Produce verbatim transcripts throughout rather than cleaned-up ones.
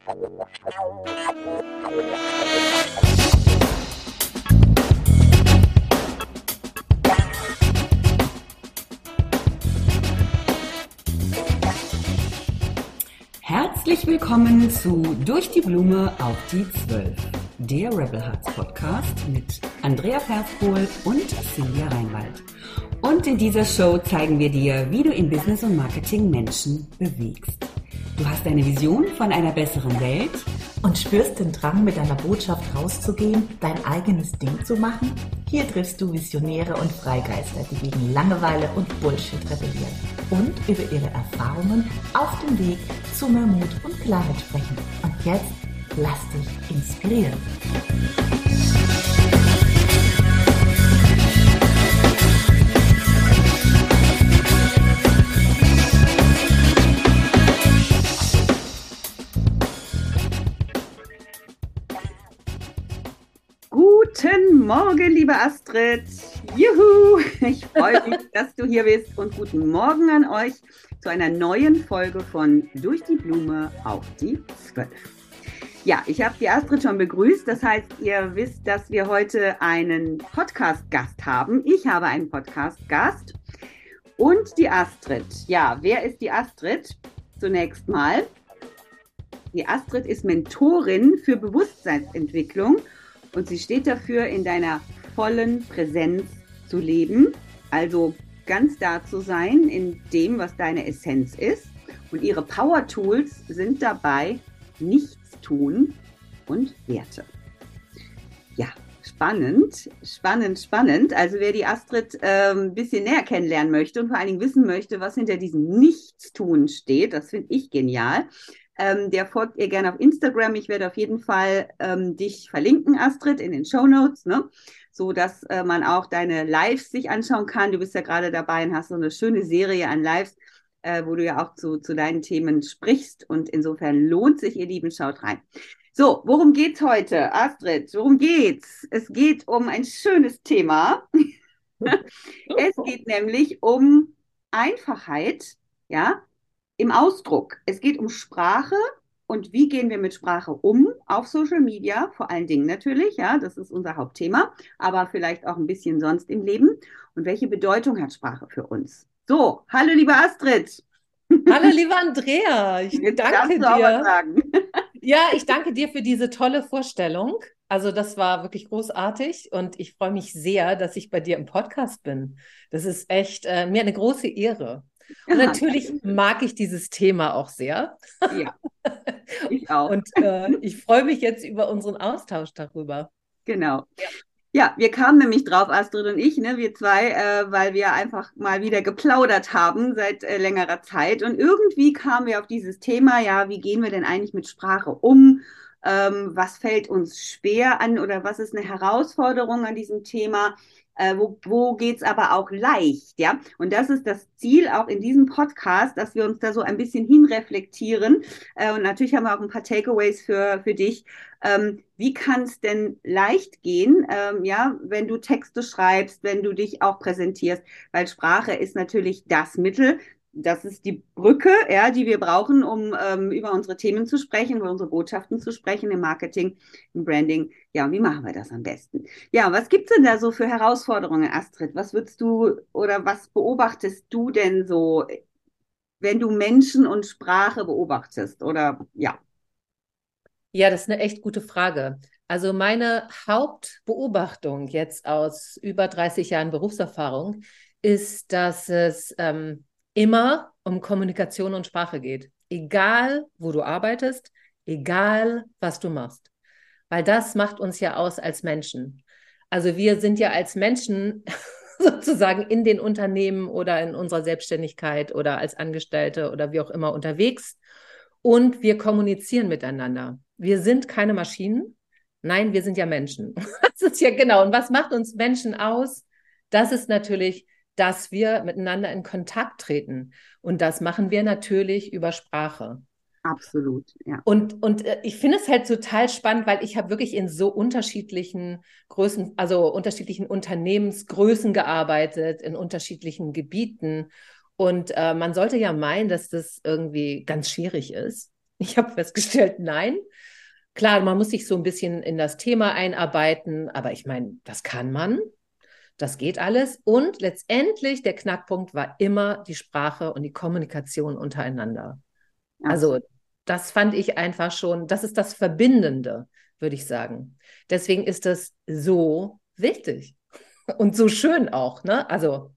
Herzlich willkommen zu Durch die Blume auf die Zwölf, der Rebel Hearts Podcast mit Andrea Perskohl und Silvia Reinwald. Und in dieser Show zeigen wir dir, wie du im Business und Marketing Menschen bewegst. Du hast eine Vision von einer besseren Welt und spürst den Drang, mit deiner Botschaft rauszugehen, dein eigenes Ding zu machen? Hier triffst du Visionäre und Freigeister, die gegen Langeweile und Bullshit rebellieren und über ihre Erfahrungen auf dem Weg zu mehr Mut und Klarheit sprechen. Und jetzt lass dich inspirieren. Guten Morgen, liebe Astrid. Juhu! Ich freue mich, dass du hier bist und guten Morgen an euch zu einer neuen Folge von Durch die Blume auf die Zwölf. Ja, ich habe die Astrid schon begrüßt. Das heißt, ihr wisst, dass wir heute einen Podcast-Gast haben. Ich habe einen Podcast-Gast und die Astrid. Ja, wer ist die Astrid? Zunächst mal. Die Astrid ist Mentorin für Bewusstseinsentwicklung. Und sie steht dafür, in deiner vollen Präsenz zu leben, also ganz da zu sein in dem, was deine Essenz ist. Und ihre Power-Tools sind dabei Nichtstun und Werte. Ja, spannend, spannend, spannend. Also wer die Astrid äh, ein bisschen näher kennenlernen möchte und vor allen Dingen wissen möchte, was hinter diesem Nichtstun steht, das finde ich genial. Ähm, der folgt ihr gerne auf Instagram. Ich werde auf jeden Fall ähm, dich verlinken, Astrid, in den Shownotes, ne? So dass äh, man auch deine Lives sich anschauen kann. Du bist ja gerade dabei und hast so eine schöne Serie an Lives, äh, wo du ja auch zu, zu deinen Themen sprichst. Und insofern lohnt sich, ihr Lieben, schaut rein. So, worum geht's heute, Astrid? Worum geht's? Es geht um ein schönes Thema. Es geht nämlich um Einfachheit, ja, im Ausdruck. Es geht um Sprache und wie gehen wir mit Sprache um auf Social Media, vor allen Dingen natürlich, ja, das ist unser Hauptthema, aber vielleicht auch ein bisschen sonst im Leben. Und welche Bedeutung hat Sprache für uns? So, hallo liebe Astrid. Hallo liebe Andrea, ich Jetzt danke darfst du auch was dir. sagen. Ja, ich danke dir für diese tolle Vorstellung. Also das war wirklich großartig und ich freue mich sehr, dass ich bei dir im Podcast bin. Das ist echt äh, mir eine große Ehre. Und Ja, natürlich mag ich dieses Thema auch sehr. ja, ich auch. Und äh, ich freue mich jetzt über unseren Austausch darüber. Genau. Ja, wir kamen nämlich drauf, Astrid und ich, ne, wir zwei, äh, weil wir einfach mal wieder geplaudert haben seit äh, längerer Zeit. Und irgendwie kamen wir auf dieses Thema, ja, wie gehen wir denn eigentlich mit Sprache um? Ähm, was fällt uns schwer an oder was ist eine Herausforderung an diesem Thema? Äh, wo wo geht's aber auch leicht, ja? Und das ist das Ziel auch in diesem Podcast, dass wir uns da so ein bisschen hinreflektieren. Äh, und natürlich haben wir auch ein paar Takeaways für, für dich. Ähm, wie kann es denn leicht gehen, ähm, ja, wenn du Texte schreibst, wenn du dich auch präsentierst? Weil Sprache ist natürlich das Mittel. Das ist die Brücke, ja, die wir brauchen, um ähm, über unsere Themen zu sprechen, über unsere Botschaften zu sprechen, im Marketing, im Branding. Ja, und wie machen wir das am besten? Ja, was gibt's denn da so für Herausforderungen, Astrid? Was würdest du oder was beobachtest du denn so, wenn du Menschen und Sprache beobachtest? Oder ja. Ja, das ist eine echt gute Frage. Also meine Hauptbeobachtung jetzt aus über dreißig Jahren Berufserfahrung ist, dass es ähm, immer um Kommunikation und Sprache geht. Egal, wo du arbeitest, egal, was du machst. Weil das macht uns ja aus als Menschen. Also wir sind ja als Menschen sozusagen in den Unternehmen oder in unserer Selbstständigkeit oder als Angestellte oder wie auch immer unterwegs und wir kommunizieren miteinander. Wir sind keine Maschinen. Nein, wir sind ja Menschen. Das ist ja genau. Und was macht uns Menschen aus? Das ist natürlich, dass wir miteinander in Kontakt treten. Und das machen wir natürlich über Sprache. Absolut, ja. Und, und äh, ich finde es halt total spannend, weil ich habe wirklich in so unterschiedlichen Größen, also unterschiedlichen Unternehmensgrößen gearbeitet, in unterschiedlichen Gebieten. Und äh, man sollte ja meinen, dass das irgendwie ganz schwierig ist. Ich habe festgestellt, nein. Klar, man muss sich so ein bisschen in das Thema einarbeiten, aber ich meine, das kann man, das geht alles. Und letztendlich der Knackpunkt war immer die Sprache und die Kommunikation untereinander. Also Absolut. das fand ich einfach schon, das ist das Verbindende, würde ich sagen. Deswegen ist das so wichtig und so schön auch, ne? Also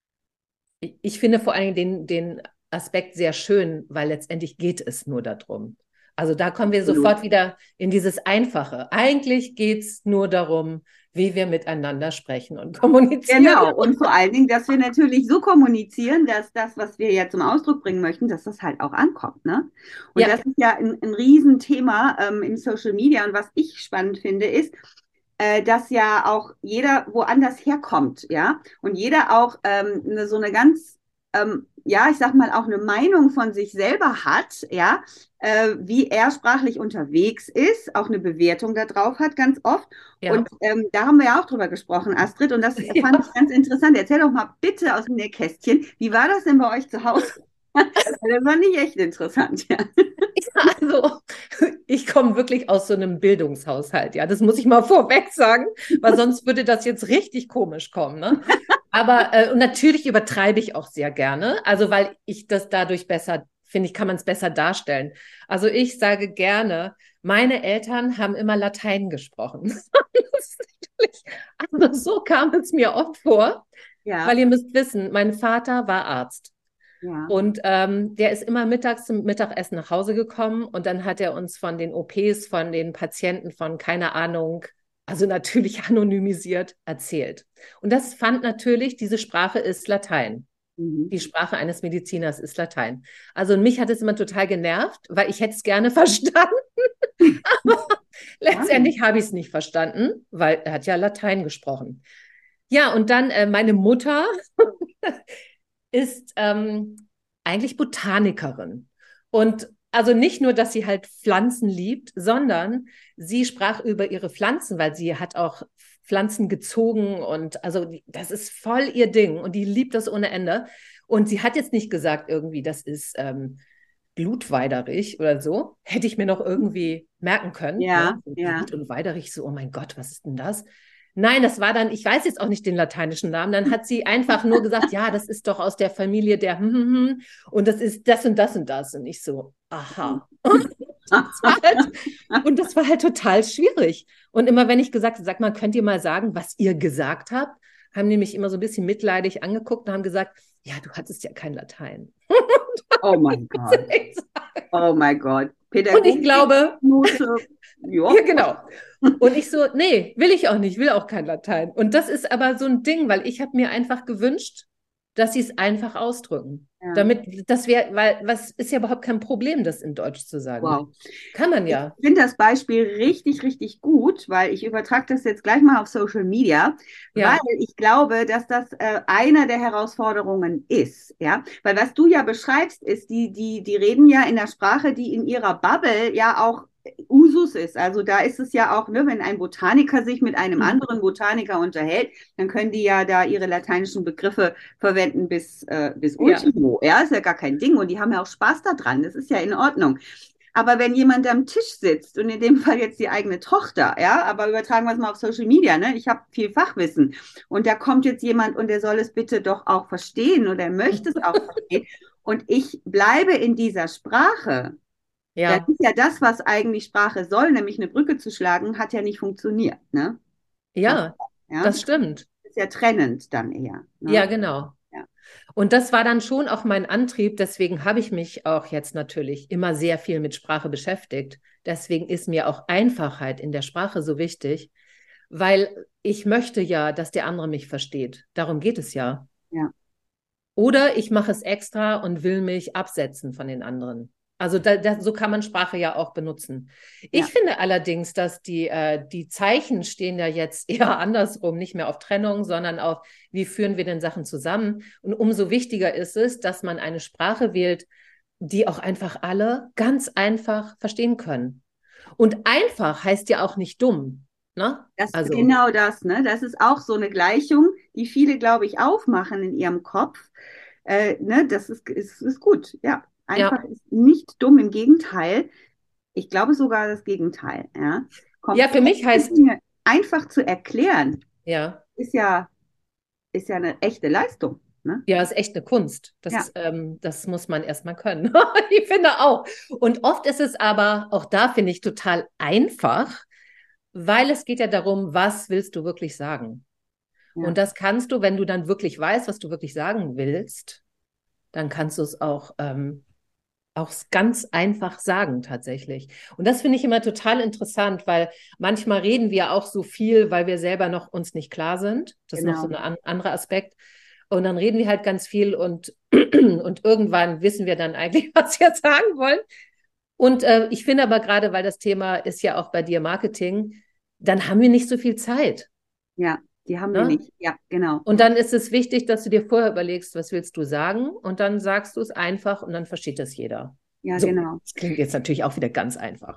ich, ich finde vor allen Dingen den, den Aspekt sehr schön, weil letztendlich geht es nur darum. Also da kommen wir Absolut. sofort wieder in dieses Einfache. Eigentlich geht es nur darum, wie wir miteinander sprechen und kommunizieren. Genau, und vor allen Dingen, dass wir natürlich so kommunizieren, dass das, was wir ja zum Ausdruck bringen möchten, dass das halt auch ankommt, ne? Und Ja, das ist ja ein, ein Riesenthema ähm, im Social Media. Und was ich spannend finde, ist, äh, dass ja auch jeder woanders herkommt, ja, und jeder auch ähm, ne, so eine ganz, ähm, ja, ich sag mal, auch eine Meinung von sich selber hat, ja, äh, wie er sprachlich unterwegs ist, auch eine Bewertung darauf hat, ganz oft. ja. Und ähm, da haben wir ja auch drüber gesprochen, Astrid, und das fand Ja. ich ganz interessant. Erzähl doch mal bitte aus dem Nähkästchen, wie war das denn bei euch zu Hause? Das fand ich echt interessant, ja. Also, ich komme wirklich aus so einem Bildungshaushalt, ja, das muss ich mal vorweg sagen, weil sonst würde das jetzt richtig komisch kommen, ne? Aber äh, und natürlich übertreibe ich auch sehr gerne, also weil ich das dadurch besser, finde ich, kann man es besser darstellen. Also ich sage gerne, meine Eltern haben immer Latein gesprochen. Das ist natürlich, also so kam es mir oft vor, Ja, weil ihr müsst wissen, mein Vater war Arzt. ja. Und ähm, der ist immer mittags zum Mittagessen nach Hause gekommen und dann hat er uns von den O Ps, von den Patienten, von keine Ahnung, also natürlich anonymisiert erzählt. Und das fand natürlich, diese Sprache ist Latein. Mhm. Die Sprache eines Mediziners ist Latein. Also mich hat es immer total genervt, weil ich hätte es gerne verstanden. Aber Spannend. letztendlich habe ich es nicht verstanden, weil er hat ja Latein gesprochen. Ja, und dann äh, meine Mutter ist ähm, eigentlich Botanikerin. Und also nicht nur, dass sie halt Pflanzen liebt, sondern sie sprach über ihre Pflanzen, weil sie hat auch Pflanzen gezogen und also das ist voll ihr Ding und die liebt das ohne Ende. Und sie hat jetzt nicht gesagt irgendwie, das ist ähm, Blutweiderich oder so. Hätte ich mir noch irgendwie merken können. Ne? Ja, ja. Blut und Weiderich, so, oh mein Gott, was ist denn das? Nein, das war dann, ich weiß jetzt auch nicht den lateinischen Namen, dann hat sie einfach nur gesagt, ja, das ist doch aus der Familie der hm, hm, hm, und das ist das und das und das. Und ich so, aha. Das war halt, und das war halt total schwierig. Und immer wenn ich gesagt habe, sag mal, könnt ihr mal sagen, was ihr gesagt habt, haben die mich immer so ein bisschen mitleidig angeguckt und haben gesagt, ja, du hattest ja kein Latein. Oh mein Gott. Oh mein Gott. Und ich glaube, Pädagogiknote. Ja. ja, genau. Und ich so, nee, will ich auch nicht, will auch kein Latein. Und das ist aber so ein Ding, weil ich habe mir einfach gewünscht, dass sie es einfach ausdrücken. Ja. Damit, das wäre, weil, was ist ja überhaupt kein Problem, das in Deutsch zu sagen. Wow. Kann man Ich ja. finde das Beispiel richtig, richtig gut, weil ich übertrage das jetzt gleich mal auf Social Media, weil Ja. ich glaube, dass das äh, eine der Herausforderungen ist, ja, weil was du ja beschreibst, ist, die, die, die reden ja in der Sprache, die in ihrer Bubble ja auch Usus ist. Also da ist es ja auch, ne, wenn ein Botaniker sich mit einem Mhm. anderen Botaniker unterhält, dann können die ja da ihre lateinischen Begriffe verwenden bis, äh, bis Ja. Ultimo. Ja, ist ja gar kein Ding und die haben ja auch Spaß daran. Das ist ja in Ordnung. Aber wenn jemand am Tisch sitzt und in dem Fall jetzt die eigene Tochter, ja, aber übertragen wir es mal auf Social Media, ne? Ich habe viel Fachwissen und da kommt jetzt jemand und der soll es bitte doch auch verstehen oder er möchte es auch verstehen und ich bleibe in dieser Sprache, dann Ja. ist ja das, was eigentlich Sprache soll, nämlich eine Brücke zu schlagen, hat ja nicht funktioniert, ne? Das, Ja, ja, das stimmt. ist ja trennend dann eher, Ja, ne? genau. Ja, Und das war dann schon auch mein Antrieb. Deswegen habe ich mich auch jetzt natürlich immer sehr viel mit Sprache beschäftigt. Deswegen ist mir auch Einfachheit in der Sprache so wichtig, weil ich möchte ja, dass der andere mich versteht. Darum geht es ja. ja, Oder ich mache es extra und will mich absetzen von den anderen. Also da, da, so kann man Sprache ja auch benutzen. Ich ja, finde allerdings, dass die, äh, die Zeichen stehen ja jetzt eher andersrum, nicht mehr auf Trennung, sondern auf, wie führen wir denn Sachen zusammen. Und umso wichtiger ist es, dass man eine Sprache wählt, die auch einfach alle ganz einfach verstehen können. Und einfach heißt ja auch nicht dumm. Ne? das, Also, genau das, ne? Das ist auch so eine Gleichung, die viele, glaube ich, aufmachen in ihrem Kopf. Äh, ne? Das ist, ist, ist gut, ja. Einfach Ja. ist nicht dumm, im Gegenteil. Ich glaube sogar das Gegenteil. Ja, Ja, für mich komplexe heißt, Dinge einfach zu erklären, ja, ist ja, ist ja eine echte Leistung. Ne? ja, ist echt eine Kunst. Ja, Das, ähm, das muss man erstmal können. Ich finde auch. Und oft ist es aber, auch da finde ich total einfach, weil es geht ja darum, was willst du wirklich sagen? ja, Und das kannst du, wenn du dann wirklich weißt, was du wirklich sagen willst, dann kannst du es auch, ähm, auch ganz einfach sagen tatsächlich. Und das finde ich immer total interessant, weil manchmal reden wir auch so viel, weil wir selber noch uns nicht klar sind. Das ist noch so genau. ein an, anderer Aspekt. Und dann reden wir halt ganz viel und, und irgendwann wissen wir dann eigentlich, was wir sagen wollen. Und äh, ich finde aber gerade, weil das Thema ist ja auch bei dir Marketing, dann haben wir nicht so viel Zeit. Ja, die haben wir Ne? nicht. Ja, genau. Und dann ist es wichtig, dass du dir vorher überlegst, was willst du sagen? Und dann sagst du es einfach und dann versteht das jeder. Ja, So, genau. das klingt jetzt natürlich auch wieder ganz einfach.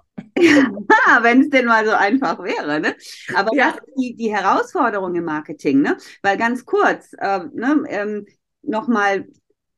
Ja, wenn es denn mal so einfach wäre, ne? Aber das Ja, ist die, die Herausforderung im Marketing, ne? Weil ganz kurz, ähm, ne, ähm, nochmal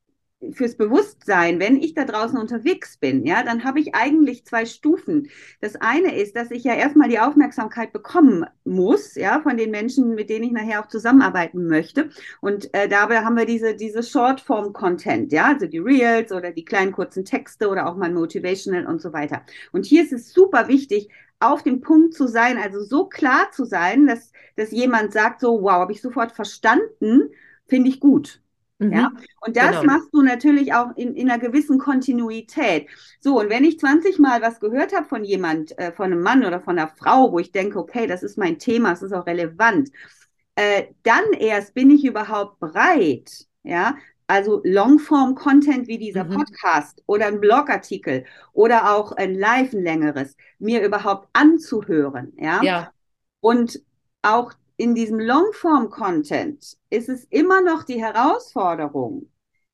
fürs Bewusstsein, wenn ich da draußen unterwegs bin, ja, dann habe ich eigentlich zwei Stufen. Das eine ist, dass ich ja erstmal die Aufmerksamkeit bekommen muss, ja, von den Menschen, mit denen ich nachher auch zusammenarbeiten möchte. Und äh, dabei haben wir diese, diese Shortform-Content, ja, also die Reels oder die kleinen kurzen Texte oder auch mal Motivational und so weiter. Und hier ist es super wichtig, auf dem Punkt zu sein, also so klar zu sein, dass, dass jemand sagt, so, wow, habe ich sofort verstanden, finde ich gut. Ja, mhm. und das Genau. machst du natürlich auch in, in einer gewissen Kontinuität. So, und wenn ich zwanzig Mal was gehört habe von jemand, äh, von einem Mann oder von einer Frau, wo ich denke, okay, das ist mein Thema, es ist auch relevant, äh, dann erst bin ich überhaupt bereit, ja, also Longform-Content wie dieser Mhm. Podcast oder ein Blogartikel oder auch ein Live, ein längeres, mir überhaupt anzuhören, ja. Ja, Und auch in diesem Longform-Content ist es immer noch die Herausforderung,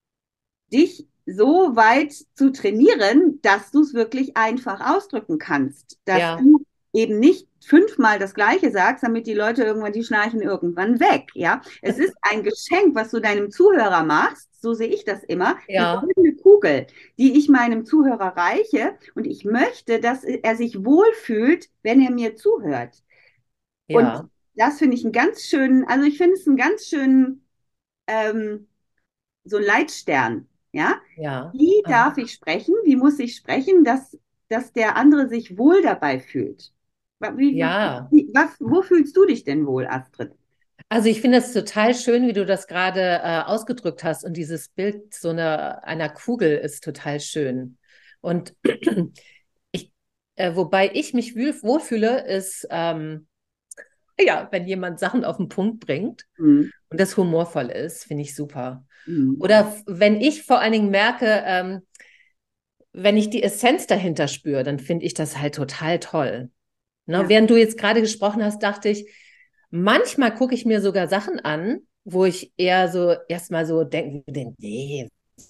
dich so weit zu trainieren, dass du es wirklich einfach ausdrücken kannst. Dass ja, du eben nicht fünfmal das Gleiche sagst, damit die Leute irgendwann, die schnarchen irgendwann weg. Ja, es ist ein Geschenk, was du deinem Zuhörer machst. So sehe ich das immer. Die ja, goldene Kugel, die ich meinem Zuhörer reiche. Und ich möchte, dass er sich wohlfühlt, wenn er mir zuhört. Und ja, das finde ich einen ganz schönen, also ich finde es einen ganz schönen, ähm, so ein Leitstern. Ja, ja. wie darf Aha. ich sprechen? Wie muss ich sprechen, dass, dass der andere sich wohl dabei fühlt? Wie, Ja. wie, was, wo fühlst du dich denn wohl, Astrid? Also ich finde es total schön, wie du das gerade äh, ausgedrückt hast. Und dieses Bild so eine, einer Kugel ist total schön. Und ich, äh, wobei ich mich wühl- wohlfühle, ist, ähm, ja, wenn jemand Sachen auf den Punkt bringt Hm, und das humorvoll ist, finde ich super. hm, Oder f- wenn ich vor allen Dingen merke, ähm, wenn ich die Essenz dahinter spüre, dann finde ich das halt total toll. Ne? ja. Während du jetzt gerade gesprochen hast, dachte ich, manchmal gucke ich mir sogar Sachen an, wo ich eher so erstmal so denke, nee,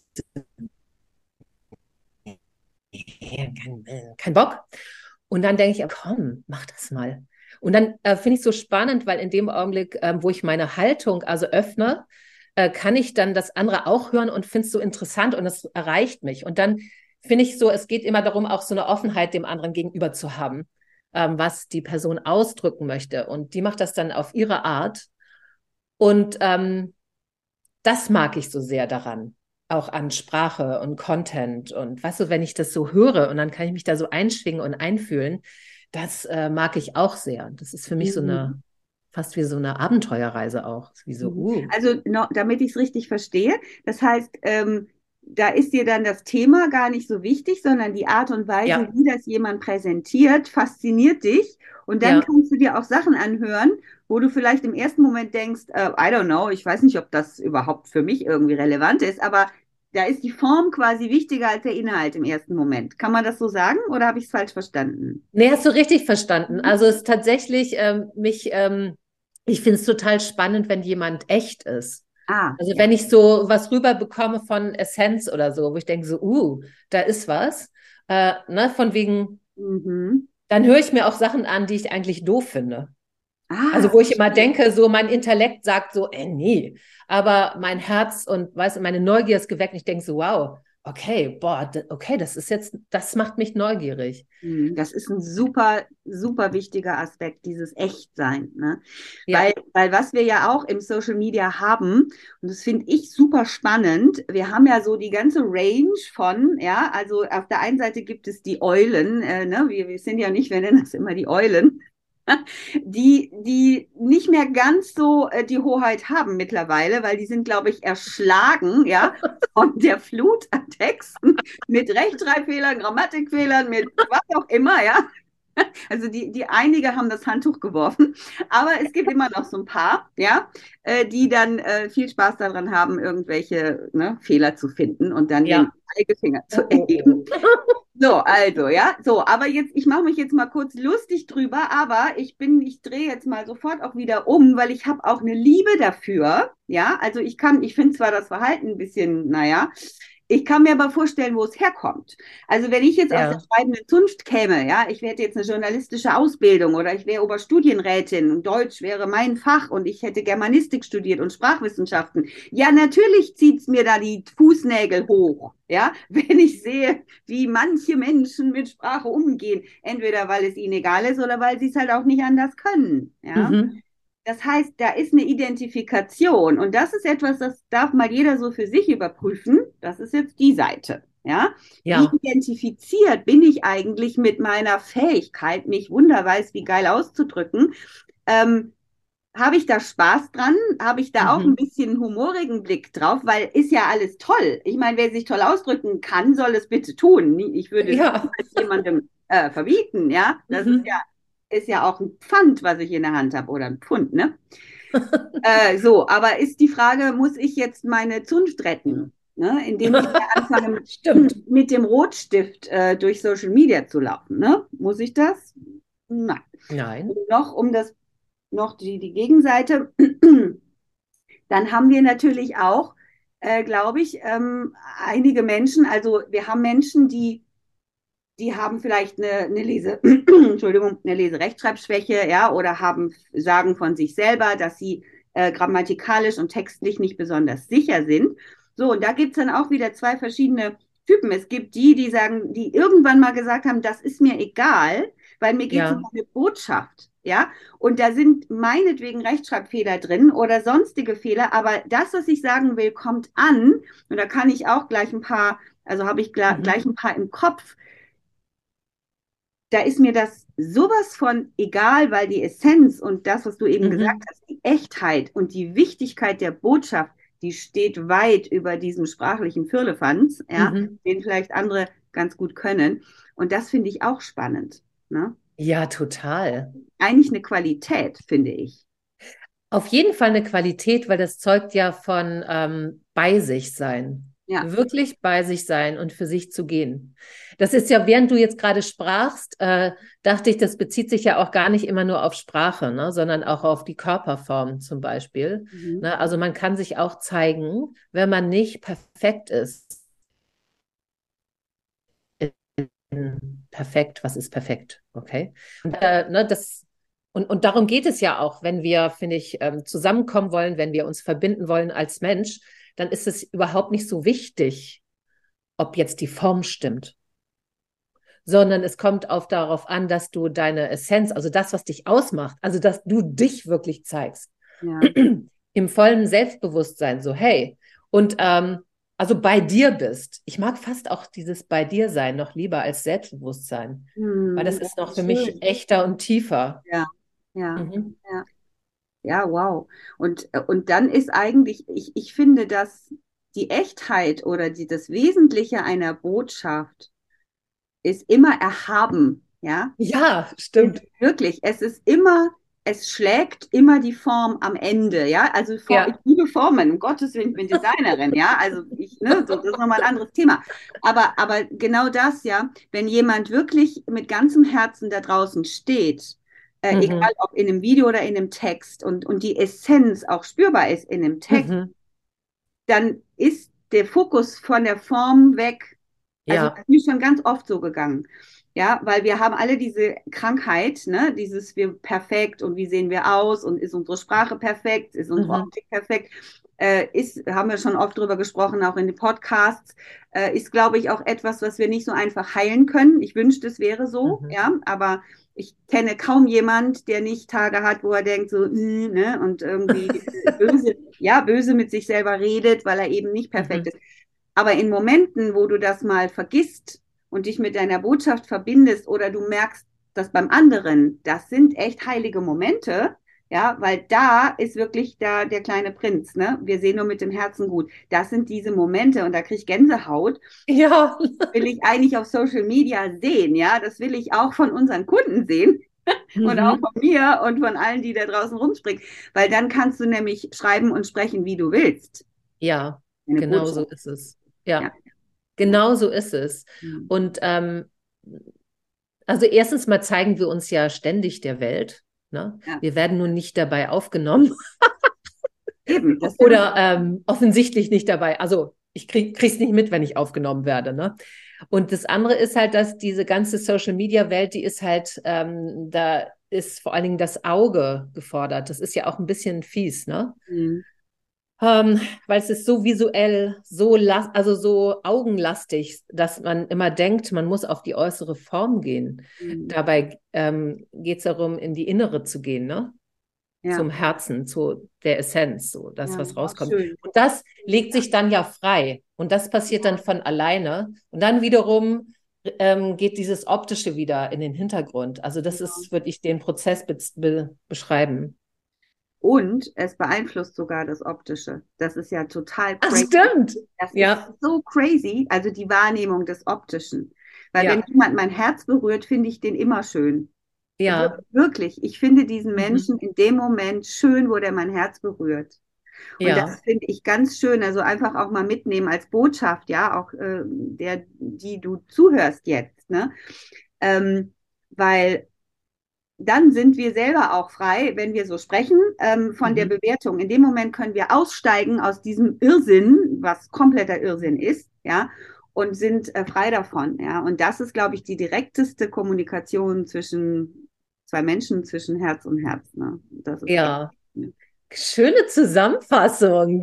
kein, kein Bock. Und dann denke ich, komm, mach das mal. Und dann äh, finde ich es so spannend, weil in dem Augenblick, äh, wo ich meine Haltung also öffne, äh, kann ich dann das andere auch hören und finde es so interessant und es erreicht mich. Und dann finde ich so, es geht immer darum, auch so eine Offenheit dem anderen gegenüber zu haben, ähm, was die Person ausdrücken möchte. Und die macht das dann auf ihre Art. Und ähm, das mag ich so sehr daran, auch an Sprache und Content. Und weißt du, wenn ich das so höre und dann kann ich mich da so einschwingen und einfühlen, das äh, mag ich auch sehr. Das ist für mich so Mhm. eine, fast wie so eine Abenteuerreise auch. Wie so, Mhm. uh, Also, no, damit ich es richtig verstehe, das heißt, ähm, da ist dir dann das Thema gar nicht so wichtig, sondern die Art und Weise, ja, wie das jemand präsentiert, fasziniert dich. Und dann ja. kannst du dir auch Sachen anhören, wo du vielleicht im ersten Moment denkst, äh, I don't know, ich weiß nicht, ob das überhaupt für mich irgendwie relevant ist, aber da ist die Form quasi wichtiger als der Inhalt im ersten Moment. Kann man das so sagen oder habe ich es falsch verstanden? Nee, hast du richtig verstanden. Mhm. Also es ist tatsächlich ähm, mich, ähm, ich finde es total spannend, wenn jemand echt ist. Ah, Also ja. wenn ich so was rüberbekomme von Essenz oder so, wo ich denke so, uh, da ist was, äh, ne, von wegen, Mhm. dann höre ich mir auch Sachen an, die ich eigentlich doof finde. Ah, Also wo ich immer verstehe. denke, so mein Intellekt sagt so, äh, nee, aber mein Herz und weißt du, meine Neugier ist geweckt und ich denke so, wow, Okay, boah, d- okay, das ist jetzt, das macht mich neugierig. Mhm. Das ist ein super, super wichtiger Aspekt, dieses Echtsein, ne? Ja, Weil, weil was wir ja auch im Social Media haben, und das finde ich super spannend, wir haben ja so die ganze Range von, ja, also auf der einen Seite gibt es die Eulen, äh, ne? Wir, wir sind ja nicht, wir nennen das immer die Eulen, die, die nicht mehr ganz so äh, die Hoheit haben mittlerweile, weil die sind, glaube ich, erschlagen, ja, von der Flut an Texten mit Rechtschreibfehlern, Grammatikfehlern, mit was auch immer, ja. Also die, die einige haben das Handtuch geworfen, aber es gibt immer noch so ein paar, ja, äh, die dann äh, viel Spaß daran haben, irgendwelche ne, Fehler zu finden und dann den ja. Zeigefinger Oh, zu oh, erheben. oh. So, also, ja, so, aber jetzt, ich mache mich jetzt mal kurz lustig drüber, aber ich bin, ich drehe jetzt mal sofort auch wieder um, weil ich habe auch eine Liebe dafür, ja, also ich kann, ich finde zwar das Verhalten ein bisschen, naja, ich kann mir aber vorstellen, wo es herkommt. Also wenn ich jetzt aus der Ja, schreibenden Zunft käme, ja, ich hätte jetzt eine journalistische Ausbildung oder ich wäre Oberstudienrätin und Deutsch wäre mein Fach und ich hätte Germanistik studiert und Sprachwissenschaften. Ja, natürlich zieht es mir da die Fußnägel hoch, ja, wenn ich sehe, wie manche Menschen mit Sprache umgehen, entweder weil es ihnen egal ist oder weil sie es halt auch nicht anders können, ja. mhm. Das heißt, da ist eine Identifikation und das ist etwas, das darf mal jeder so für sich überprüfen. Das ist jetzt die Seite. Ja, wie Ja, identifiziert bin ich eigentlich mit meiner Fähigkeit, mich wunderweiß wie geil auszudrücken? Ähm, Habe ich da Spaß dran? Habe ich da auch ein mhm. bisschen einen humorigen Blick drauf? Weil ist ja alles toll. Ich meine, wer sich toll ausdrücken kann, soll es bitte tun. Ich würde es Ja, niemals jemandem äh, verbieten. Ja, das ist ja, mhm. ist ja auch ein Pfand, was ich in der Hand habe oder ein Pfund, ne? Äh, so, aber ist die Frage, muss ich jetzt meine Zunft Ja. retten? Ne? Indem ich da anfange, Stimmt. mit dem Rotstift äh, durch Social Media zu laufen. Ne? Muss ich das? Nein. Und Nein. noch um das, noch die, die Gegenseite, dann haben wir natürlich auch, äh, glaube ich, ähm, einige Menschen, also wir haben Menschen, die die haben vielleicht eine, eine Lese, Entschuldigung, eine Leserechtschreibschwäche, ja, oder haben, sagen von sich selber, dass sie äh, grammatikalisch und textlich nicht besonders sicher sind. So, und da gibt es dann auch wieder zwei verschiedene Typen. Es gibt die, die sagen, die irgendwann mal gesagt haben, das ist mir egal, weil mir geht es um Ja. eine Botschaft, ja. Und da sind meinetwegen Rechtschreibfehler drin oder sonstige Fehler, aber das, was ich sagen will, kommt an. Und da kann ich auch gleich ein paar, also habe ich Mhm. gleich ein paar im Kopf, da ist mir das sowas von egal, weil die Essenz und das, was du eben gesagt Mhm. hast, die Echtheit und die Wichtigkeit der Botschaft, die steht weit über diesem sprachlichen Firlefanz, ja, Mhm. den vielleicht andere ganz gut können. Und das finde ich auch spannend. Ne? Ja, total. Eigentlich eine Qualität, finde ich. Auf jeden Fall eine Qualität, weil das zeugt ja von ähm, bei sich sein. Ja, Wirklich bei sich sein und für sich zu gehen. Das ist ja, während du jetzt gerade sprachst, äh, dachte ich, das bezieht sich ja auch gar nicht immer nur auf Sprache, ne, sondern auch auf die Körperform zum Beispiel. mhm. Ne, also man kann sich auch zeigen, wenn man nicht perfekt ist. Perfekt, was ist perfekt? Okay. Und, äh, ne, das, und, und darum geht es ja auch, wenn wir, finde ich, ähm, zusammenkommen wollen, wenn wir uns verbinden wollen als Mensch, dann ist es überhaupt nicht so wichtig, ob jetzt die Form stimmt, sondern es kommt auf darauf an, dass du deine Essenz, also das, was dich ausmacht, also dass du dich wirklich zeigst, Ja. im vollen Selbstbewusstsein, so hey, und ähm, also bei dir bist. Ich mag fast auch dieses bei dir sein noch lieber als Selbstbewusstsein, weil das Hm, das ist noch für ist mich schön. echter und tiefer. Ja, ja, Mhm. ja. Ja, wow. Und, äh, und dann ist eigentlich, ich, ich finde, dass die Echtheit oder die, das Wesentliche einer Botschaft ist immer erhaben, ja. Ja, Ist stimmt. wirklich, es ist immer, es schlägt immer die Form am Ende, ja. Also For- ich Ja. liebe Formen, um Gottes Willen, ich bin Designerin, ja. Also ich, ne, so, das ist nochmal ein anderes Thema. Aber, aber genau das, ja, wenn jemand wirklich mit ganzem Herzen da draußen steht, äh, egal Mhm. ob in einem Video oder in einem Text und, und die Essenz auch spürbar ist in einem Text, Mhm. dann ist der Fokus von der Form weg. Also das Ja. ist mir schon ganz oft so gegangen. Ja, weil wir haben alle diese Krankheit, ne, dieses wir perfekt und wie sehen wir aus und ist unsere Sprache perfekt, ist unsere Mhm. Optik perfekt. äh, ist, haben wir schon oft drüber gesprochen, auch in den Podcasts, äh, ist, glaube ich, auch etwas, was wir nicht so einfach heilen können. Ich wünschte, es wäre so, Mhm. ja, aber ich kenne kaum jemand, der nicht Tage hat, wo er denkt so, mm, ne, und irgendwie böse, ja, böse mit sich selber redet, weil er eben nicht perfekt Mhm. ist. Aber in Momenten, wo du das mal vergisst und dich mit deiner Botschaft verbindest oder du merkst, dass beim anderen, das sind echt heilige Momente, ja, weil da ist wirklich da der kleine Prinz, ne? Wir sehen nur mit dem Herzen gut. Das sind diese Momente und da kriege ich Gänsehaut. Ja. Will ich eigentlich auf Social Media sehen, ja? Das will ich auch von unseren Kunden sehen und auch Mhm. von mir und von allen, die da draußen rumspringen, weil dann kannst du nämlich schreiben und sprechen, wie du willst. Ja, Eine genau so Botschaft. ist es. Ja, Ja, ja. genau so ist es. Hm. Und ähm, also erstens mal zeigen wir uns ja ständig der Welt. Ne? Ja. Wir werden nun nicht dabei aufgenommen Eben, das stimmt. oder ähm, offensichtlich nicht dabei. Also ich krieg, krieg's nicht mit, wenn ich aufgenommen werde. Ne? Und das andere ist halt, dass diese ganze Social-Media-Welt, die ist halt, ähm, da ist vor allen Dingen das Auge gefordert. Das ist ja auch ein bisschen fies, ne? Hm. Ähm, weil es ist so visuell, so las also so augenlastig, dass man immer denkt, man muss auf die äußere Form gehen. Hm. Dabei ähm, geht es darum, in die Innere zu gehen, ne? Ja, Zum Herzen, zu der Essenz, so das, ja, was auch rauskommt. schön. Und das legt sich dann ja frei. Und das passiert dann von alleine. Und dann wiederum ähm, geht dieses Optische wieder in den Hintergrund. Also das Genau. ist, würde ich den Prozess be be beschreiben. Und es beeinflusst sogar das Optische. Das ist ja total Ach, crazy. stimmt. Das ist Ja, so crazy, also die Wahrnehmung des Optischen. Weil wenn ja, jemand mein Herz berührt, finde ich den immer schön. Wir ja. wirklich, ich finde diesen Mhm. Menschen in dem Moment schön, wo der mein Herz berührt. Und das Ja, finde ich ganz schön. Also einfach auch mal mitnehmen als Botschaft, ja, auch äh, der, die du zuhörst jetzt, ne? Ähm, weil dann sind wir selber auch frei, wenn wir so sprechen, ähm, von der mhm. Bewertung. In dem Moment können wir aussteigen aus diesem Irrsinn, was kompletter Irrsinn ist, ja, und sind äh, frei davon, ja. Und das ist, glaube ich, die direkteste Kommunikation zwischen zwei Menschen, zwischen Herz und Herz, ne? Das ist echt. Ja. Ne? Schöne Zusammenfassung.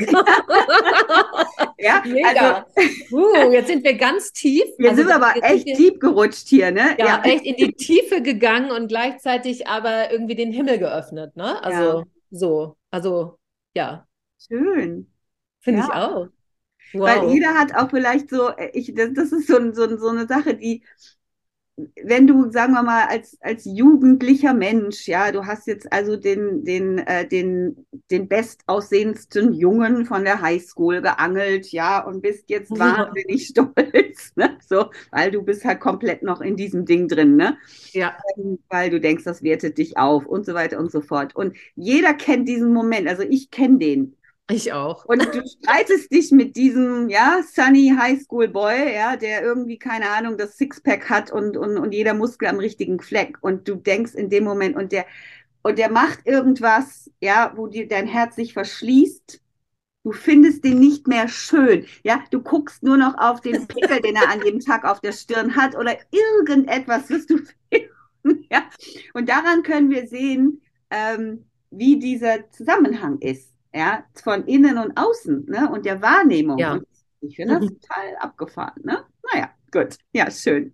Ja, also Mega. Uh, jetzt sind wir ganz tief. wir Also sind da- aber jetzt sind echt wir tief gerutscht hier, ne? ja Ja, echt in die Tiefe gegangen und gleichzeitig aber irgendwie den Himmel geöffnet, ne? ja, Also so. Also ja, schön. finde Ja, ich auch. weil Wow. jeder hat auch vielleicht so, äh, ich, das, das ist so, ein- so, ein- so eine Sache, die wenn du, sagen wir mal, als, als jugendlicher Mensch, ja, du hast jetzt also den, den, äh, den, den bestaussehendsten Jungen von der Highschool geangelt, ja, und bist jetzt wahnsinnig stolz, ne? So, weil du bist halt komplett noch in diesem Ding drin, ne? Ja, Ähm, Weil du denkst, das wertet dich auf und so weiter und so fort. Und jeder kennt diesen Moment, also ich kenne den. ich auch. Und du streitest dich mit diesem, ja, Sunny High School Boy, ja, der irgendwie, keine Ahnung, das Sixpack hat und, und, und jeder Muskel am richtigen Fleck. Und du denkst in dem Moment, und der, und der macht irgendwas, ja, wo dir dein Herz sich verschließt. Du findest den nicht mehr schön, ja. Du guckst nur noch auf den Pickel, den er an dem Tag auf der Stirn hat oder irgendetwas wirst du finden, ja. Und daran können wir sehen, ähm, wie dieser Zusammenhang ist, ja, von innen und außen, ne, und der Wahrnehmung. Ja. Und ich finde das total abgefahren, ne? Naja, gut. Ja, schön.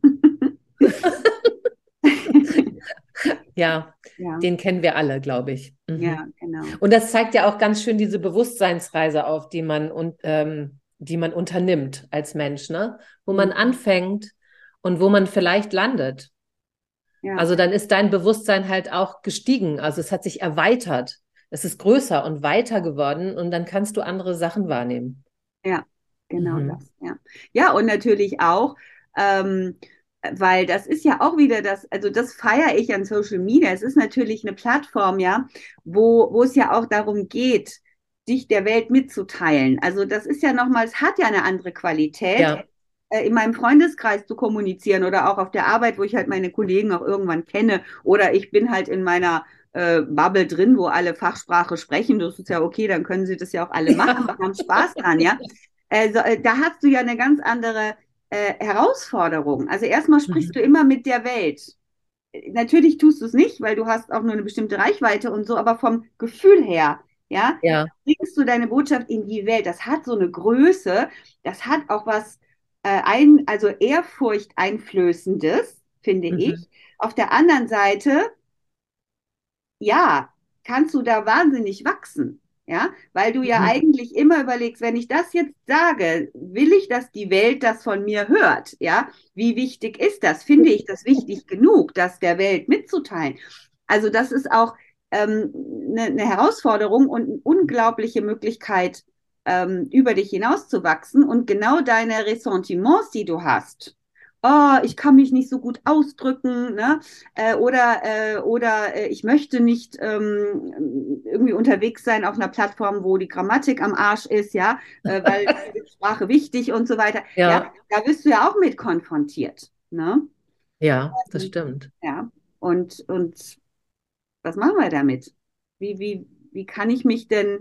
Ja, Ja, den kennen wir alle, glaube ich. Mhm. ja, genau. Und das zeigt ja auch ganz schön diese Bewusstseinsreise auf, die man und ähm, die man unternimmt als Mensch, ne? Wo man Mhm. anfängt und wo man vielleicht landet. Ja, Also dann ist dein Bewusstsein halt auch gestiegen. Also es hat sich erweitert. Es ist größer und weiter geworden und dann kannst du andere Sachen wahrnehmen. ja, genau Mhm. das, ja. Ja, und natürlich auch, ähm, weil das ist ja auch wieder das, also das feiere ich an Social Media. Es ist natürlich eine Plattform, ja, wo, wo es ja auch darum geht, dich der Welt mitzuteilen. Also das ist ja nochmal, es hat ja eine andere Qualität, Ja, äh, in meinem Freundeskreis zu kommunizieren oder auch auf der Arbeit, wo ich halt meine Kollegen auch irgendwann kenne. Oder ich bin halt in meiner äh, Bubble drin, wo alle Fachsprache sprechen. Das ist ja okay, dann können sie das ja auch alle machen und haben Spaß dran, ja. Also, äh, da hast du ja eine ganz andere äh, Herausforderung. Also erstmal sprichst mhm. du immer mit der Welt. Natürlich tust du es nicht, weil du hast auch nur eine bestimmte Reichweite und so, aber vom Gefühl her ja, Ja. bringst du deine Botschaft in die Welt. Das hat so eine Größe, das hat auch was, äh, ein, also Ehrfurcht einflößendes, finde Mhm. ich. Auf der anderen Seite, ja, kannst du da wahnsinnig wachsen. Ja, weil du ja Mhm. eigentlich immer überlegst, wenn ich das jetzt sage, will ich, dass die Welt das von mir hört? Ja, wie wichtig ist das? Finde ich das wichtig genug, das der Welt mitzuteilen? Also das ist auch ähm, eine, eine Herausforderung und eine unglaubliche Möglichkeit, ähm, über dich hinauszuwachsen und genau deine Ressentiments, die du hast. Oh, ich kann mich nicht so gut ausdrücken, ne? Äh, oder äh, oder äh, ich möchte nicht ähm, irgendwie unterwegs sein auf einer Plattform, wo die Grammatik am Arsch ist, ja, äh, weil Sprache wichtig und so weiter. Ja, Ja, da wirst du ja auch mit konfrontiert, ne? ja, das stimmt. Ja. Und und was machen wir damit? Wie wie wie kann ich mich denn?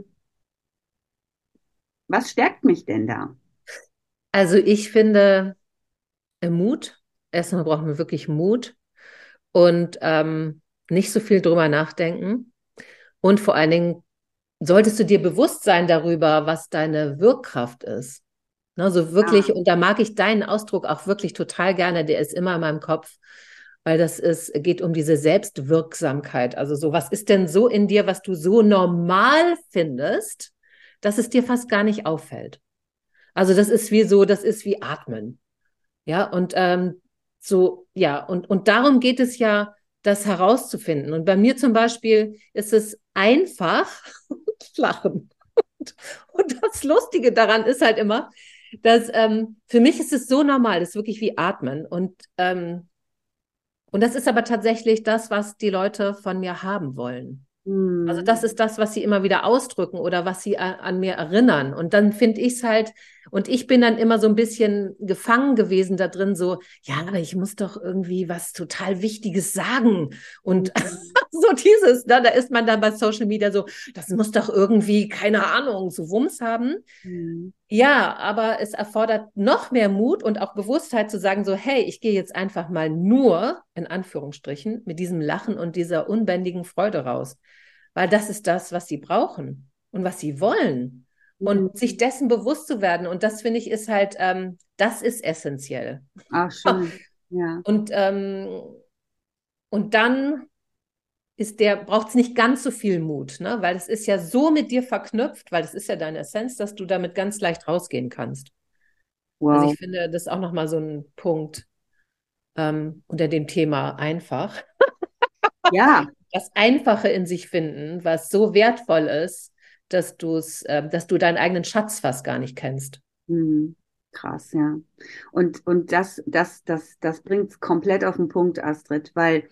Was stärkt mich denn da? Also ich finde äh, Mut. Erstmal brauchen wir wirklich Mut und ähm, nicht so viel drüber nachdenken. Und vor allen Dingen solltest du dir bewusst sein darüber, was deine Wirkkraft ist. Ne, so Ah, wirklich, und da mag ich deinen Ausdruck auch wirklich total gerne, der ist immer in meinem Kopf, weil das ist, geht um diese Selbstwirksamkeit. Also so, was ist denn so in dir, was du so normal findest, dass es dir fast gar nicht auffällt? Also das ist wie so, das ist wie Atmen. Ja, und ähm, so, ja, und, und darum geht es ja, das herauszufinden. Und bei mir zum Beispiel ist es einfach lachen. Und, und das Lustige daran ist halt immer, dass ähm, für mich ist es so normal, das ist wirklich wie Atmen. Und, ähm, und das ist aber tatsächlich das, was die Leute von mir haben wollen. Also hm. das ist das, was sie immer wieder ausdrücken oder was sie a- an mir erinnern. Und dann finde ich es halt, und ich bin dann immer so ein bisschen gefangen gewesen da drin, so, ja, aber ich muss doch irgendwie was total Wichtiges sagen. Und Hm. so dieses, da, da ist man dann bei Social Media so, das muss doch irgendwie, keine Ahnung, so Wumms haben. Hm. Ja, aber es erfordert noch mehr Mut und auch Bewusstheit zu sagen, so, hey, ich gehe jetzt einfach mal nur, in Anführungsstrichen, mit diesem Lachen und dieser unbändigen Freude raus. Weil das ist das, was sie brauchen und was sie wollen. Hm. Und sich dessen bewusst zu werden. Und das finde ich ist halt, ähm, das ist essentiell. Ach, schön. Ja. Und, ähm, und dann ist der, braucht es nicht ganz so viel Mut, ne? Weil es ist ja so mit dir verknüpft, weil es ist ja deine Essenz, dass du damit ganz leicht rausgehen kannst. Also Wow. ich finde, das ist auch nochmal so ein Punkt ähm, unter dem Thema einfach. Ja. Das Einfache in sich finden, was so wertvoll ist, dass du es, äh, dass du deinen eigenen Schatz fast gar nicht kennst. Hm, krass, ja. Und, und das, das, das, das bringt es komplett auf den Punkt, Astrid, weil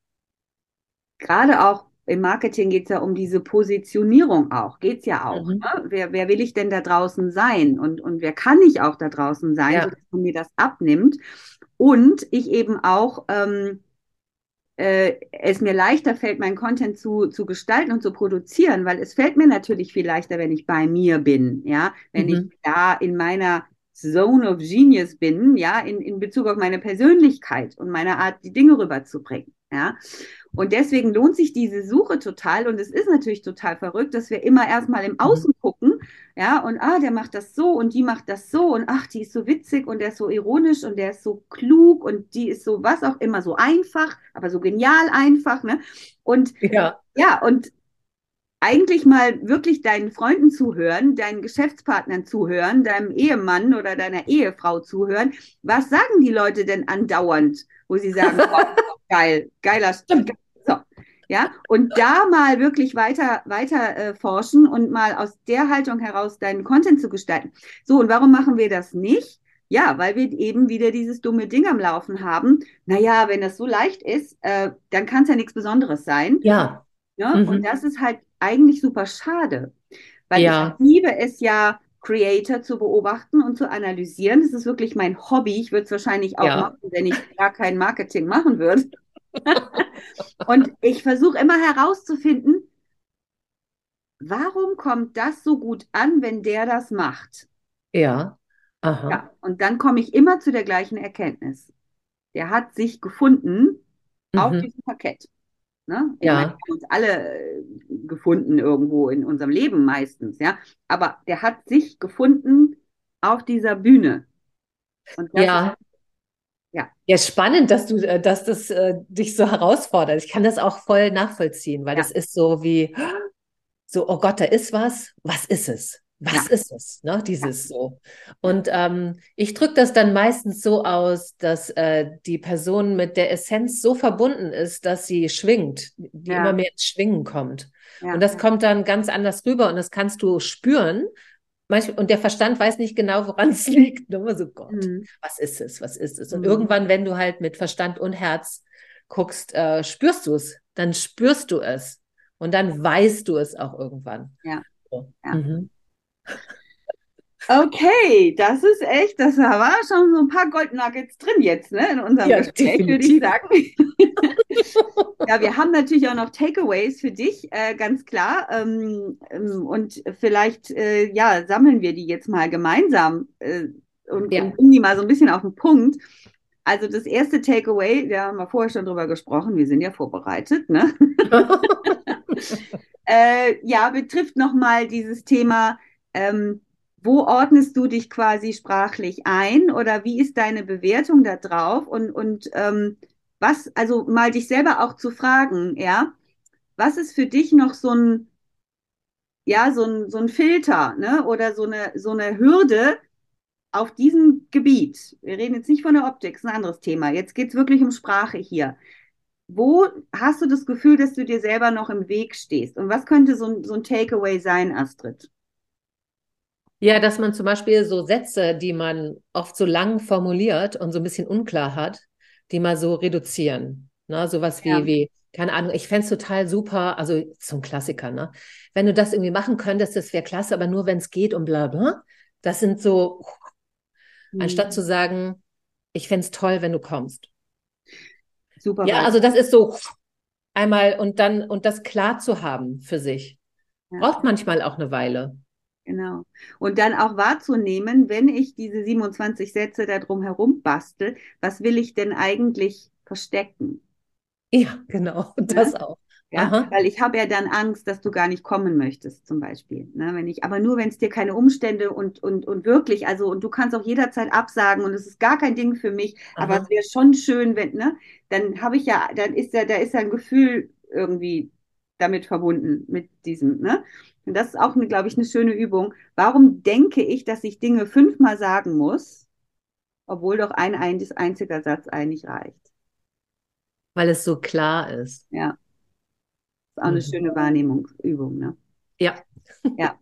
gerade auch im Marketing geht es ja um diese Positionierung auch, geht es ja auch. Mhm. Ne? Wer, wer will ich denn da draußen sein? Und, und wer kann ich auch da draußen sein, Ja, sodass man mir das abnimmt? Und ich eben auch ähm, äh, es mir leichter fällt, meinen Content zu, zu gestalten und zu produzieren, weil es fällt mir natürlich viel leichter, wenn ich bei mir bin, ja, wenn ich mhm. da in meiner Zone of Genius bin, ja, in, in Bezug auf meine Persönlichkeit und meine Art, die Dinge rüberzubringen, ja. Und deswegen lohnt sich diese Suche total. Und es ist natürlich total verrückt, dass wir immer erstmal im Mhm. Außen gucken, ja, und ah, der macht das so und die macht das so und ach, die ist so witzig und der ist so ironisch und der ist so klug und die ist so was auch immer, so einfach, aber so genial einfach, ne? Und Ja, ja, und eigentlich mal wirklich deinen Freunden zuhören, deinen Geschäftspartnern zuhören, deinem Ehemann oder deiner Ehefrau zuhören. Was sagen die Leute denn andauernd, wo sie sagen, oh, geil, geiler, stimmt. so, ja, und da mal wirklich weiter, weiter äh, forschen und mal aus der Haltung heraus deinen Content zu gestalten. So, und warum machen wir das nicht? Ja, weil wir eben wieder dieses dumme Ding am Laufen haben. Naja, wenn das so leicht ist, äh, dann kann es ja nichts Besonderes sein. Ja, Ne? Und mhm. das ist halt eigentlich super schade, weil ich Ja, liebe es ja, Creator zu beobachten und zu analysieren. Das ist wirklich mein Hobby. Ich würde es wahrscheinlich auch ja, machen, wenn ich gar kein Marketing machen würde. Und ich versuche immer herauszufinden, warum kommt das so gut an, wenn der das macht? ja, aha, Ja, und dann komme ich immer zu der gleichen Erkenntnis. Der hat sich gefunden auf mhm. diesem Parkett. Ne? Ich meine, wir Ja, haben uns alle äh, gefunden irgendwo in unserem Leben meistens, ja. Aber der hat sich gefunden auf dieser Bühne. Und das ist, ja. ja, Ja, spannend, dass du, äh, dass das äh, dich so herausfordert. Ich kann das auch voll nachvollziehen, weil das ja, ist so wie, so, oh Gott, da ist was. Was ist es? ja, Was ist es? Ne? ja, Dieses so. ja. Und ähm, ich drücke das dann meistens so aus, dass äh, die Person mit der Essenz so verbunden ist, dass sie schwingt, die immer Ja, mehr ins Schwingen kommt. Und ja. das kommt dann ganz anders rüber und das kannst du spüren. Manch- Und der Verstand weiß nicht genau, woran es liegt. Nur so, Gott, Mhm. was ist es? Was ist es? Und Mhm. irgendwann, wenn du halt mit Verstand und Herz guckst, äh, spürst du es. Dann spürst du es. Und dann weißt du es auch irgendwann. Ja, So. ja. Mhm. Okay, das ist echt, das war schon so ein paar Goldnuggets drin jetzt, ne, in unserem Ja, Gespräch, würde ich definitiv. sagen. Ja, wir haben natürlich auch noch Takeaways für dich, äh, ganz klar. Ähm, ähm, und vielleicht, äh, ja, sammeln wir die jetzt mal gemeinsam äh, und, und Ja. bringen die mal so ein bisschen auf den Punkt. Also das erste Takeaway, da haben wir vorher schon drüber gesprochen, wir sind ja vorbereitet, ne? Äh, ja, betrifft nochmal dieses Thema, ähm, wo ordnest du dich quasi sprachlich ein oder wie ist deine Bewertung da drauf? Und, und ähm, was, also mal dich selber auch zu fragen, ja, was ist für dich noch so ein, ja, so ein, so ein Filter, ne? Oder so eine, so eine Hürde auf diesem Gebiet? Wir reden jetzt nicht von der Optik, ist ein anderes Thema. Jetzt geht es wirklich um Sprache hier. Wo hast du das Gefühl, dass du dir selber noch im Weg stehst? Und was könnte so ein, so ein Takeaway sein, Astrid? Ja, dass man zum Beispiel so Sätze, die man oft so lang formuliert und so ein bisschen unklar hat, die mal so reduzieren. Ne? Sowas Ja. wie, wie, keine Ahnung, ich fände es total super, also so ein Klassiker, ne? Wenn du das irgendwie machen könntest, das wäre klasse, aber nur wenn es geht und bla bla. Das sind so, anstatt Hm. zu sagen, ich fände es toll, wenn du kommst. Super Ja, Beispiel. also das ist so einmal und dann und das klar zu haben für sich. Ja, Braucht manchmal auch eine Weile. genau. Und dann auch wahrzunehmen, wenn ich diese siebenundzwanzig Sätze da drum herum bastel, was will ich denn eigentlich verstecken? Ja, genau, Ne? das auch. Ja, Aha, weil ich habe ja dann Angst, dass du gar nicht kommen möchtest, zum Beispiel. Ne? Wenn ich, aber nur wenn es dir keine Umstände und, und, und wirklich, also, und du kannst auch jederzeit absagen und es ist gar kein Ding für mich, aber es aha. wäre schon schön, wenn, ne, dann habe ich ja, dann ist ja, da ist ja ein Gefühl irgendwie damit verbunden, mit diesem, ne? Und das ist auch, eine, glaube ich, eine schöne Übung. Warum denke ich, dass ich Dinge fünfmal sagen muss, obwohl doch ein, ein einziger Satz eigentlich reicht? Weil es so klar ist. Ja, ist auch eine Mhm. schöne Wahrnehmungsübung, ne? Ja, Ja.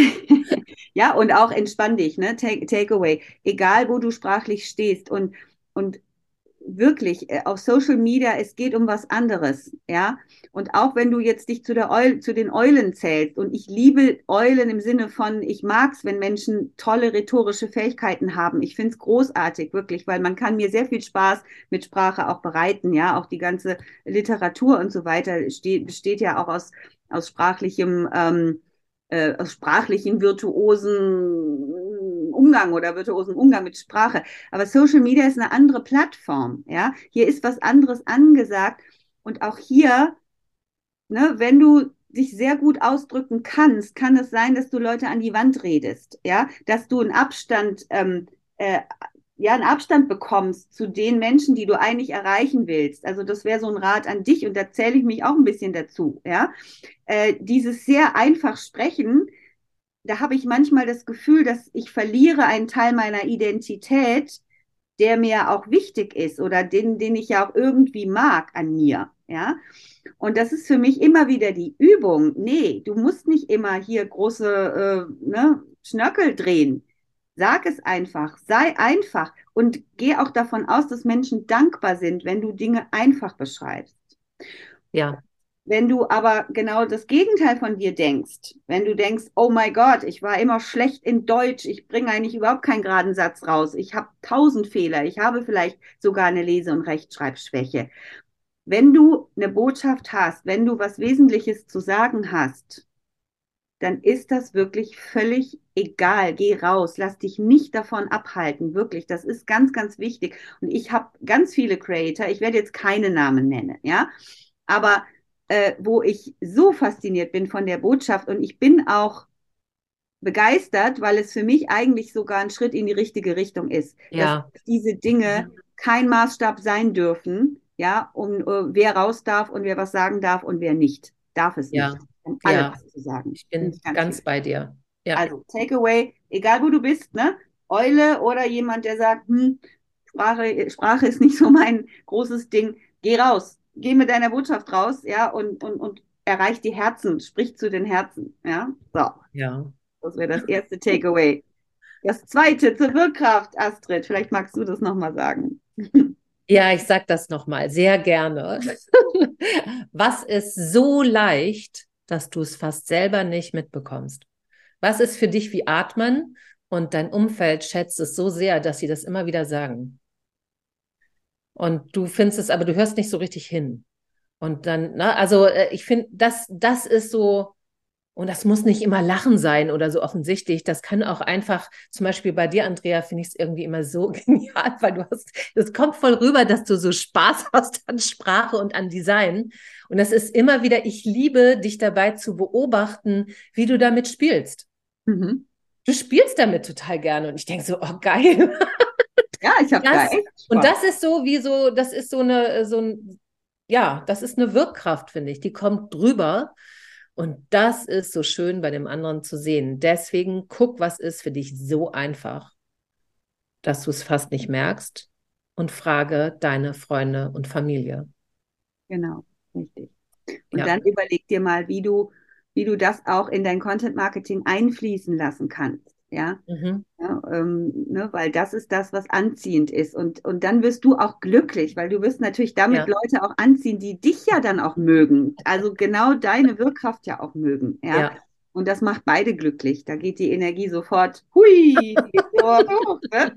Ja, und auch entspann dich, ne? Take, Takeaway. Egal, wo du sprachlich stehst und, und wirklich äh, auf Social Media, es geht um was anderes, ja. Und auch wenn du jetzt dich zu der Eul, zu den Eulen zählst und ich liebe Eulen im Sinne von, ich mag es, wenn Menschen tolle rhetorische Fähigkeiten haben. Ich finde es großartig, wirklich, weil man kann mir sehr viel Spaß mit Sprache auch bereiten, ja. Auch die ganze Literatur und so weiter steht, besteht ja auch aus, aus sprachlichem ähm, äh, aus sprachlichen virtuosen Umgang oder virtuosen Umgang mit Sprache. Aber Social Media ist eine andere Plattform. Ja, hier ist was anderes angesagt und auch hier, ne, wenn du dich sehr gut ausdrücken kannst, kann es sein, dass du Leute an die Wand redest, ja, dass du einen Abstand, ähm, äh, ja, einen Abstand bekommst zu den Menschen, die du eigentlich erreichen willst. Also das wäre so ein Rat an dich und da zähle ich mich auch ein bisschen dazu, ja. Äh, dieses sehr einfach sprechen, da habe ich manchmal das Gefühl, dass ich verliere einen Teil meiner Identität, der mir auch wichtig ist oder den, den ich ja auch irgendwie mag an mir. Ja, und das ist für mich immer wieder die Übung. Nee, du musst nicht immer hier große äh, ne, Schnörkel drehen. Sag es einfach, sei einfach und geh auch davon aus, dass Menschen dankbar sind, wenn du Dinge einfach beschreibst. ja, Wenn du aber genau das Gegenteil von dir denkst, wenn du denkst, oh mein Gott, ich war immer schlecht in Deutsch, ich bringe eigentlich überhaupt keinen geraden Satz raus, ich habe tausend Fehler, ich habe vielleicht sogar eine Lese- und Rechtschreibschwäche. Wenn du eine Botschaft hast, wenn du was Wesentliches zu sagen hast, dann ist das wirklich völlig egal. Geh raus, lass dich nicht davon abhalten, wirklich. Das ist ganz, ganz wichtig. Und ich habe ganz viele Creator, ich werde jetzt keine Namen nennen, ja, aber äh, wo ich so fasziniert bin von der Botschaft und ich bin auch begeistert, weil es für mich eigentlich sogar ein Schritt in die richtige Richtung ist, dass Ja. diese Dinge kein Maßstab sein dürfen, ja, um uh, wer raus darf und wer was sagen darf und wer nicht. Darf es Ja. nicht. Um alle Ja. was zu sagen. Ich bin ganz, ganz bei dir. Ja. Also, Takeaway, egal wo du bist, ne? Eule oder jemand, der sagt, hm, Sprache, Sprache ist nicht so mein großes Ding, geh raus, geh mit deiner Botschaft raus, ja, und, und, und erreich die Herzen, sprich zu den Herzen, ja. So, Ja. das wäre das erste Takeaway. Das zweite zur Wirkkraft, Astrid, vielleicht magst du das nochmal sagen. Ja, ich sag das nochmal, sehr gerne. Was ist so leicht, dass du es fast selber nicht mitbekommst? Was ist für dich wie Atmen und dein Umfeld schätzt es so sehr, dass sie das immer wieder sagen? Und du findest es, aber du hörst nicht so richtig hin. Und dann, ne, also äh, ich finde, das, das ist so, und das muss nicht immer Lachen sein oder so offensichtlich. Das kann auch einfach, zum Beispiel bei dir, Andrea, finde ich es irgendwie immer so genial, weil du hast, das kommt voll rüber, dass du so Spaß hast an Sprache und an Design. Und das ist immer wieder, ich liebe dich dabei zu beobachten, wie du damit spielst. Mhm. Du spielst damit total gerne. Und ich denke so, oh geil. Ja, ich habe da Das, echt Spaß. und das ist so wie so, das ist so eine, so ein, ja, das ist eine Wirkkraft, finde ich. Die kommt drüber. Und das ist so schön bei dem anderen zu sehen. Deswegen guck, was ist für dich so einfach, dass du es fast nicht merkst und frage deine Freunde und Familie. Genau, richtig. Und Ja. dann überleg dir mal, wie du, wie du das auch in dein Content Marketing einfließen lassen kannst. Ja, Mhm. ja ähm, ne, weil das ist das, was anziehend ist. Und, und dann wirst du auch glücklich, weil du wirst natürlich damit Ja. Leute auch anziehen, die dich ja dann auch mögen. Also genau deine Wirkkraft ja auch mögen. Ja. Ja. Und das macht beide glücklich. Da geht die Energie sofort, hui, sofort hoch, ne?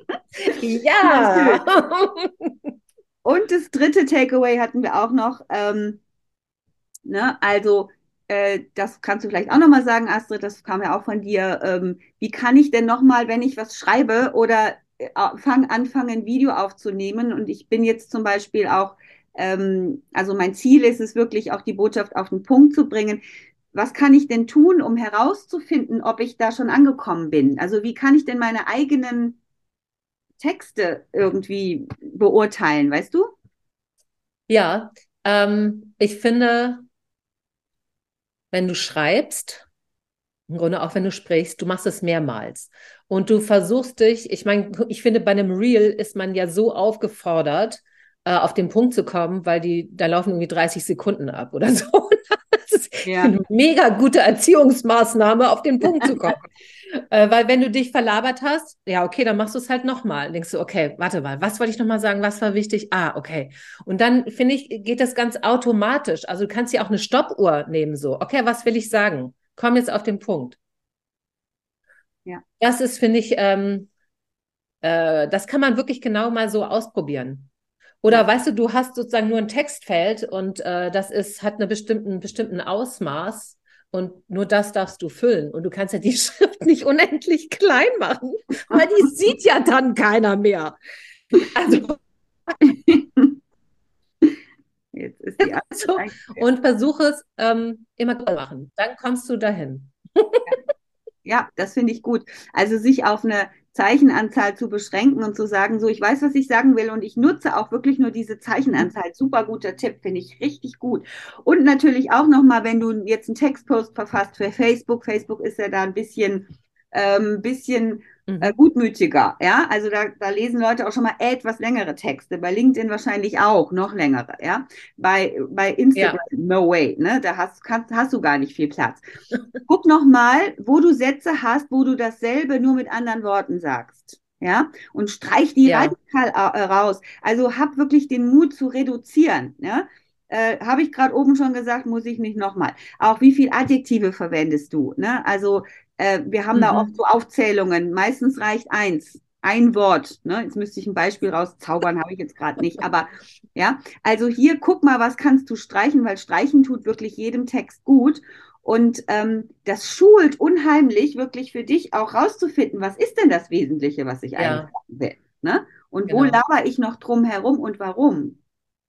Ja. Und das dritte Takeaway hatten wir auch noch. Ähm, ne? Also, äh, das kannst du vielleicht auch nochmal sagen, Astrid, das kam ja auch von dir. Ähm, wie kann ich denn nochmal, wenn ich was schreibe oder äh, fang, anfange, ein Video aufzunehmen? Und ich bin jetzt zum Beispiel auch, ähm, also mein Ziel ist es wirklich auch die Botschaft auf den Punkt zu bringen. Was kann ich denn tun, um herauszufinden, ob ich da schon angekommen bin? Also wie kann ich denn meine eigenen Texte irgendwie beurteilen, weißt du? Ja, ähm, ich finde, wenn du schreibst, im Grunde auch wenn du sprichst, du machst es mehrmals. Und du versuchst dich, ich meine, ich finde, bei einem Reel ist man ja so aufgefordert, äh, auf den Punkt zu kommen, weil die, da laufen irgendwie dreißig Sekunden ab oder so. Das ist Ja. eine mega gute Erziehungsmaßnahme, auf den Punkt zu kommen. Äh, weil wenn du dich verlabert hast, ja, okay, dann machst du es halt nochmal. Denkst du, okay, warte mal, was wollte ich nochmal sagen, was war wichtig? Ah, okay. Und dann, finde ich, geht das ganz automatisch. Also du kannst ja auch eine Stoppuhr nehmen, so. Okay, was will ich sagen? Komm jetzt auf den Punkt. Ja. Das ist, finde ich, ähm, äh, das kann man wirklich genau mal so ausprobieren. Oder Ja. weißt du, du hast sozusagen nur ein Textfeld und äh, das ist, hat einen bestimmten, bestimmten Ausmaß und nur das darfst du füllen. Und du kannst ja die Schrift nicht unendlich klein machen, weil die sieht ja dann keiner mehr. Also, Jetzt ist die so, und versuche es ähm, immer zu machen. Dann kommst du dahin. Ja, das finde ich gut. Also sich auf eine Zeichenanzahl zu beschränken und zu sagen, so, ich weiß, was ich sagen will und ich nutze auch wirklich nur diese Zeichenanzahl. Super guter Tipp, finde ich richtig gut. Und natürlich auch nochmal, wenn du jetzt einen Textpost verfasst für Facebook, Facebook ist ja da ein bisschen, ähm, bisschen äh, Mhm. gutmütiger, ja. Also da, da lesen Leute auch schon mal etwas längere Texte. Bei LinkedIn wahrscheinlich auch noch längere, ja. Bei, bei Instagram, Ja. no way, ne? Da hast, kannst, hast du gar nicht viel Platz. Guck noch mal, wo du Sätze hast, wo du dasselbe nur mit anderen Worten sagst. Ja, und streich die Ja. radikal äh, raus. Also hab wirklich den Mut zu reduzieren. Ja? Äh, Habe ich gerade oben schon gesagt, muss ich nicht nochmal. Auch wie viel Adjektive verwendest du? Ne? Also äh, wir haben da oft Mhm. so Aufzählungen. Meistens reicht eins, ein Wort. Ne? Jetzt müsste ich ein Beispiel rauszaubern, habe ich jetzt gerade nicht. Aber ja, also hier guck mal, was kannst du streichen, weil streichen tut wirklich jedem Text gut. Und ähm, das schult unheimlich, wirklich für dich auch rauszufinden, was ist denn das Wesentliche, was ich eigentlich Ja, sagen will. Ne? Und wo genau. laber ich noch drum herum und warum?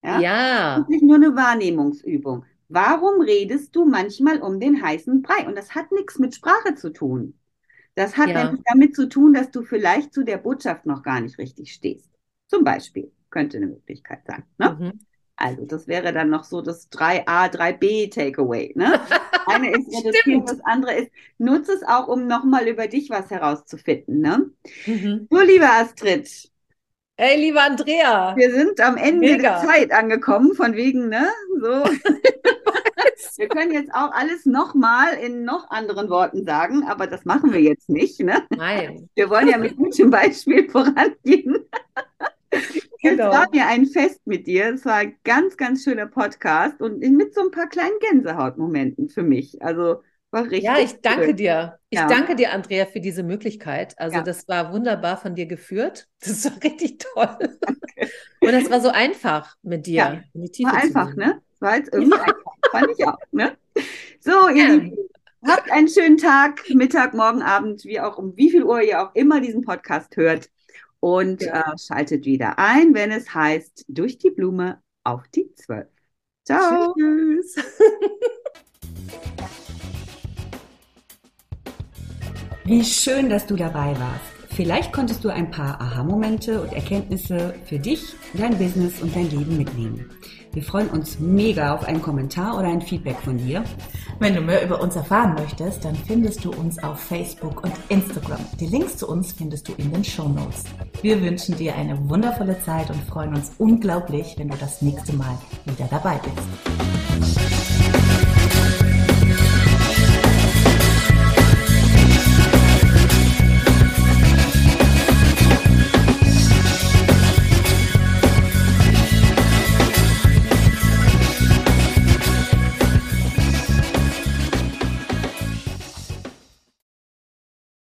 Ja. Ja. Das ist nicht nur eine Wahrnehmungsübung. Warum redest du manchmal um den heißen Brei? Und das hat nichts mit Sprache zu tun. Das hat Ja. nämlich damit zu tun, dass du vielleicht zu der Botschaft noch gar nicht richtig stehst. Zum Beispiel könnte eine Möglichkeit sein. Ne? Mhm. Also das wäre dann noch so das drei a, drei b Takeaway. Ne? Eine ist reduzieren, Stimmt. das andere ist, nutze es auch, um nochmal über dich was herauszufinden. Ne? Mhm. So, liebe Astrid, Hey, liebe Andrea. wir sind am Ende Mega. der Zeit angekommen, von wegen, ne? So. Wir können jetzt auch alles nochmal in noch anderen Worten sagen, aber das machen wir jetzt nicht. Ne? Nein. Wir wollen ja mit gutem Beispiel vorangehen. Genau. Es war mir ein Fest mit dir. Es war ein ganz, ganz schöner Podcast und mit so ein paar kleinen Gänsehautmomenten für mich. Also war richtig. Ja, ich danke schön. dir. Ich Ja. danke dir, Andrea, für diese Möglichkeit. Also Ja. das war wunderbar von dir geführt. Das war richtig toll. Und es war so einfach mit dir Ja. in die Tiefe War zu einfach, gehen. ne? War jetzt irgendwie einfach. Fand ich auch, ne? So, ihr Ja. Lieben, habt einen schönen Tag, Mittag, Morgen, Abend, wie auch um wie viel Uhr ihr auch immer diesen Podcast hört. Und Ja. äh, schaltet wieder ein, wenn es heißt, durch die Blume auf die Zwölf. Ciao. Tschüss. Wie schön, dass du dabei warst. Vielleicht konntest du ein paar Aha-Momente und Erkenntnisse für dich, dein Business und dein Leben mitnehmen. Wir freuen uns mega auf einen Kommentar oder ein Feedback von dir. Wenn du mehr über uns erfahren möchtest, dann findest du uns auf Facebook und Instagram. Die Links zu uns findest du in den Shownotes. Wir wünschen dir eine wundervolle Zeit und freuen uns unglaublich, wenn du das nächste Mal wieder dabei bist.